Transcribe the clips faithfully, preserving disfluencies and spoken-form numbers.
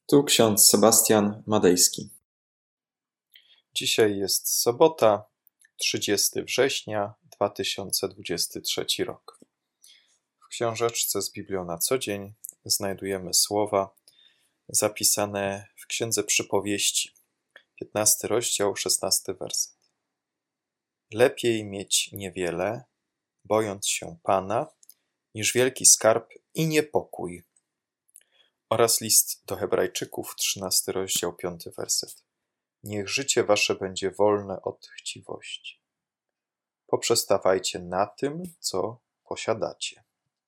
Tu ksiądz Sebastian Madejski. Dzisiaj jest sobota, trzydziestego września dwa tysiące dwudziesty trzeci rok. W książeczce z Biblią na co dzień znajdujemy słowa zapisane w Księdze Przypowieści, piętnasty rozdział, szesnasty werset. Lepiej mieć niewiele, bojąc się Pana, niż wielki skarb i niepokój. Oraz list do Hebrajczyków, trzynasty rozdział, piąty werset. Niech życie wasze będzie wolne od chciwości. Poprzestawajcie na tym, co posiadacie.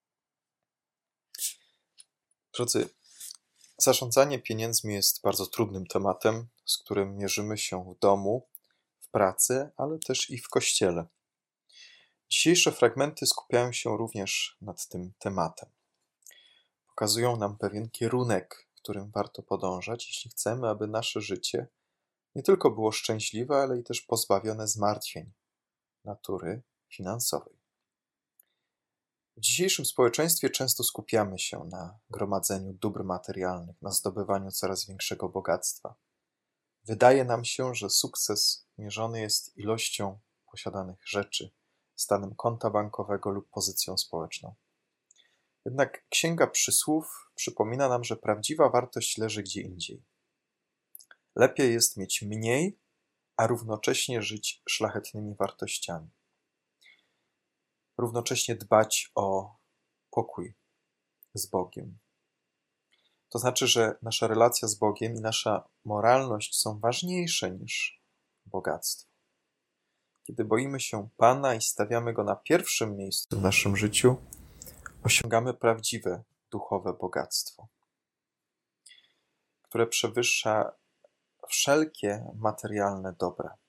Drodzy, zarządzanie pieniędzmi jest bardzo trudnym tematem, z którym mierzymy się w domu, w pracy, ale też i w kościele. Dzisiejsze fragmenty skupiają się również nad tym tematem. Pokazują nam pewien kierunek, którym warto podążać, jeśli chcemy, aby nasze życie nie tylko było szczęśliwe, ale i też pozbawione zmartwień natury finansowej. W dzisiejszym społeczeństwie często skupiamy się na gromadzeniu dóbr materialnych, na zdobywaniu coraz większego bogactwa. Wydaje nam się, że sukces mierzony jest ilością posiadanych rzeczy, stanem konta bankowego lub pozycją społeczną. Jednak Księga Przysłów przypomina nam, że prawdziwa wartość leży gdzie indziej. Lepiej jest mieć mniej, a równocześnie żyć szlachetnymi wartościami. Równocześnie dbać o pokój z Bogiem. To znaczy, że nasza relacja z Bogiem i nasza moralność są ważniejsze niż bogactwo. Kiedy boimy się Pana i stawiamy Go na pierwszym miejscu w naszym życiu, osiągamy prawdziwe duchowe bogactwo, które przewyższa wszelkie materialne dobra.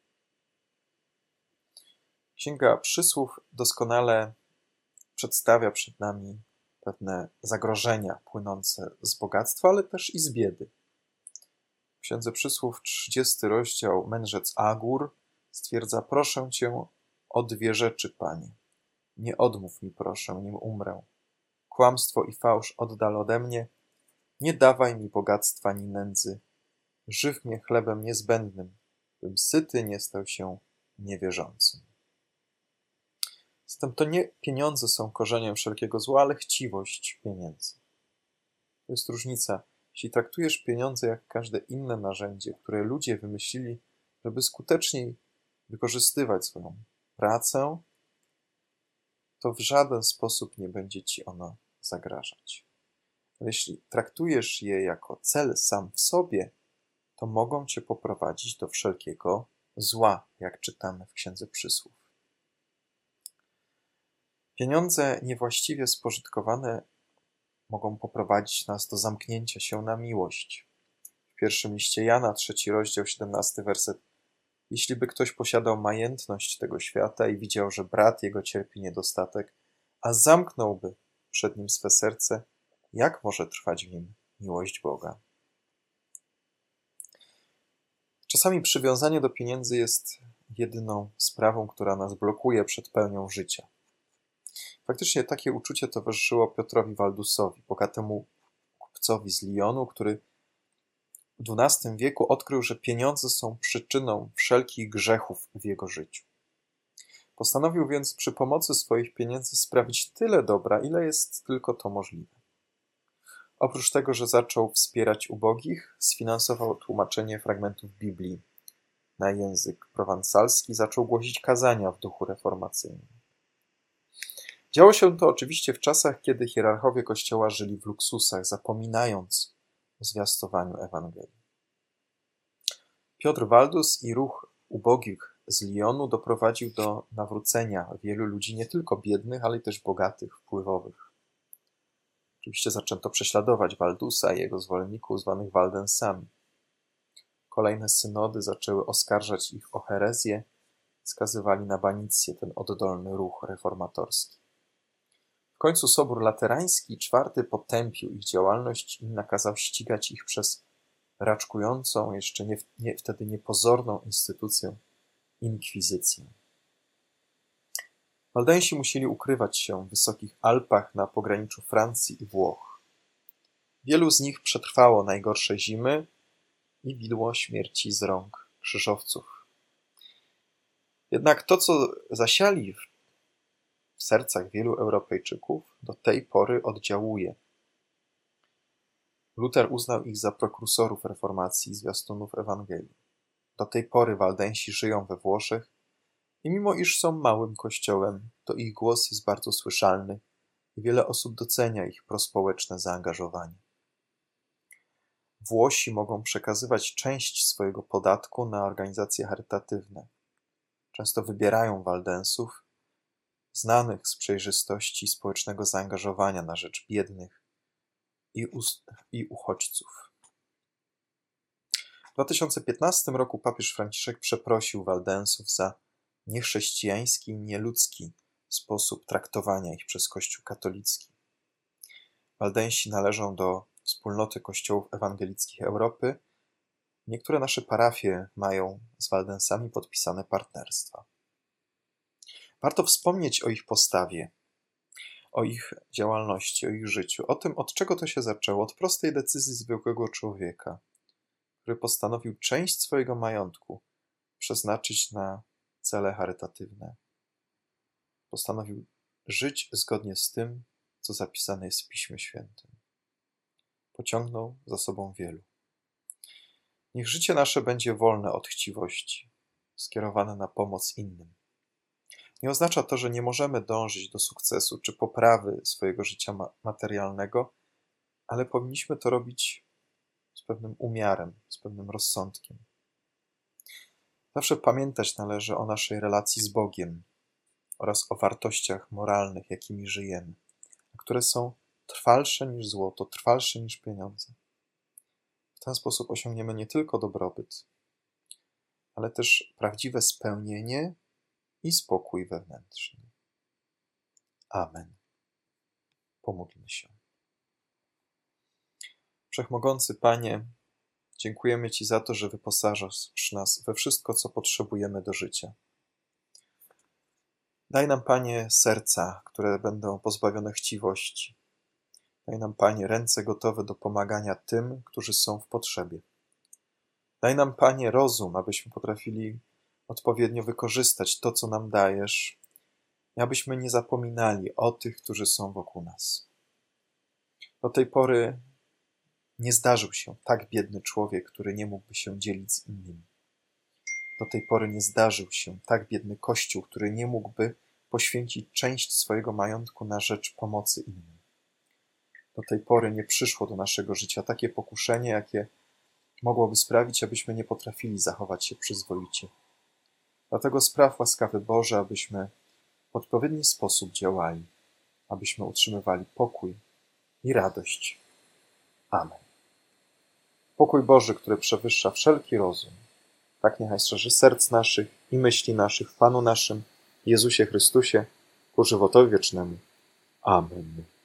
Księga Przysłów doskonale przedstawia przed nami pewne zagrożenia płynące z bogactwa, ale też i z biedy. W Księdze Przysłów, trzydziesty rozdział, mędrzec Agur stwierdza: proszę Cię o dwie rzeczy, Panie. Nie odmów mi, proszę, nim umrę. Kłamstwo i fałsz oddal ode mnie. Nie dawaj mi bogactwa ni nędzy. Żyw mnie chlebem niezbędnym, bym syty nie stał się niewierzącym. Zatem to nie pieniądze są korzeniem wszelkiego zła, ale chciwość pieniędzy. To jest różnica. Jeśli traktujesz pieniądze jak każde inne narzędzie, które ludzie wymyślili, żeby skuteczniej wykorzystywać swoją pracę, to w żaden sposób nie będzie ci ono zagrażać. Ale jeśli traktujesz je jako cel sam w sobie, to mogą cię poprowadzić do wszelkiego zła, jak czytamy w Księdze Przysłów. Pieniądze niewłaściwie spożytkowane mogą poprowadzić nas do zamknięcia się na miłość. W pierwszym liście Jana, trzeci rozdział, siedemnasty werset. Jeśli by ktoś posiadał majętność tego świata i widział, że brat jego cierpi niedostatek, a zamknąłby przed nim swe serce, jak może trwać w nim miłość Boga? Czasami przywiązanie do pieniędzy jest jedyną sprawą, która nas blokuje przed pełnią życia. Faktycznie takie uczucie towarzyszyło Piotrowi Waldusowi, bogatemu kupcowi z Lyonu, który w dwunastym wieku odkrył, że pieniądze są przyczyną wszelkich grzechów w jego życiu. Postanowił więc przy pomocy swoich pieniędzy sprawić tyle dobra, ile jest tylko to możliwe. Oprócz tego, że zaczął wspierać ubogich, sfinansował tłumaczenie fragmentów Biblii na język prowansalski, zaczął głosić kazania w duchu reformacyjnym. Działo się to oczywiście w czasach, kiedy hierarchowie Kościoła żyli w luksusach, zapominając o zwiastowaniu Ewangelii. Piotr Waldus i ruch ubogich z Lyonu doprowadził do nawrócenia wielu ludzi, nie tylko biednych, ale też bogatych, wpływowych. Oczywiście zaczęto prześladować Waldusa i jego zwolenników zwanych Waldensami. Kolejne synody zaczęły oskarżać ich o herezję, skazywali na banicję ten oddolny ruch reformatorski. W końcu Sobór Laterański czwarty potępił ich działalność i nakazał ścigać ich przez raczkującą, jeszcze nie, nie, wtedy niepozorną instytucję, inkwizycję. Waldensi musieli ukrywać się w wysokich Alpach na pograniczu Francji i Włoch. Wielu z nich przetrwało najgorsze zimy i widło śmierci z rąk krzyżowców. Jednak to, co zasiali w sercach wielu Europejczyków, do tej pory oddziałuje. Luter uznał ich za prokursorów reformacji i zwiastunów Ewangelii. Do tej pory Waldensi żyją we Włoszech i mimo iż są małym kościołem, to ich głos jest bardzo słyszalny i wiele osób docenia ich prospołeczne zaangażowanie. Włosi mogą przekazywać część swojego podatku na organizacje charytatywne. Często wybierają Waldensów, znanych z przejrzystości i społecznego zaangażowania na rzecz biednych i, i uchodźców. W dwa tysiące piętnastym roku papież Franciszek przeprosił Waldensów za niechrześcijański i nieludzki sposób traktowania ich przez Kościół katolicki. Waldensi należą do wspólnoty kościołów ewangelickich Europy. Niektóre nasze parafie mają z Waldensami podpisane partnerstwa. Warto wspomnieć o ich postawie, o ich działalności, o ich życiu, o tym, od czego to się zaczęło, od prostej decyzji zwykłego człowieka, który postanowił część swojego majątku przeznaczyć na cele charytatywne. Postanowił żyć zgodnie z tym, co zapisane jest w Piśmie Świętym. Pociągnął za sobą wielu. Niech życie nasze będzie wolne od chciwości, skierowane na pomoc innym. Nie oznacza to, że nie możemy dążyć do sukcesu czy poprawy swojego życia ma- materialnego, ale powinniśmy to robić z pewnym umiarem, z pewnym rozsądkiem. Zawsze pamiętać należy o naszej relacji z Bogiem oraz o wartościach moralnych, jakimi żyjemy, które są trwalsze niż złoto, trwalsze niż pieniądze. W ten sposób osiągniemy nie tylko dobrobyt, ale też prawdziwe spełnienie i spokój wewnętrzny. Amen. Pomódlmy się. Wszechmogący Panie, dziękujemy Ci za to, że wyposażasz nas we wszystko, co potrzebujemy do życia. Daj nam, Panie, serca, które będą pozbawione chciwości. Daj nam, Panie, ręce gotowe do pomagania tym, którzy są w potrzebie. Daj nam, Panie, rozum, abyśmy potrafili odpowiednio wykorzystać to, co nam dajesz, i abyśmy nie zapominali o tych, którzy są wokół nas. Do tej pory nie zdarzył się tak biedny człowiek, który nie mógłby się dzielić z innymi. Do tej pory nie zdarzył się tak biedny Kościół, który nie mógłby poświęcić część swojego majątku na rzecz pomocy innym. Do tej pory nie przyszło do naszego życia takie pokuszenie, jakie mogłoby sprawić, abyśmy nie potrafili zachować się przyzwoicie. Dlatego spraw, łaskawy Boże, abyśmy w odpowiedni sposób działali, abyśmy utrzymywali pokój i radość. Amen. Pokój Boży, który przewyższa wszelki rozum, tak niechaj strzeży serc naszych i myśli naszych w Panu naszym, Jezusie Chrystusie, ku żywotowi wiecznemu. Amen.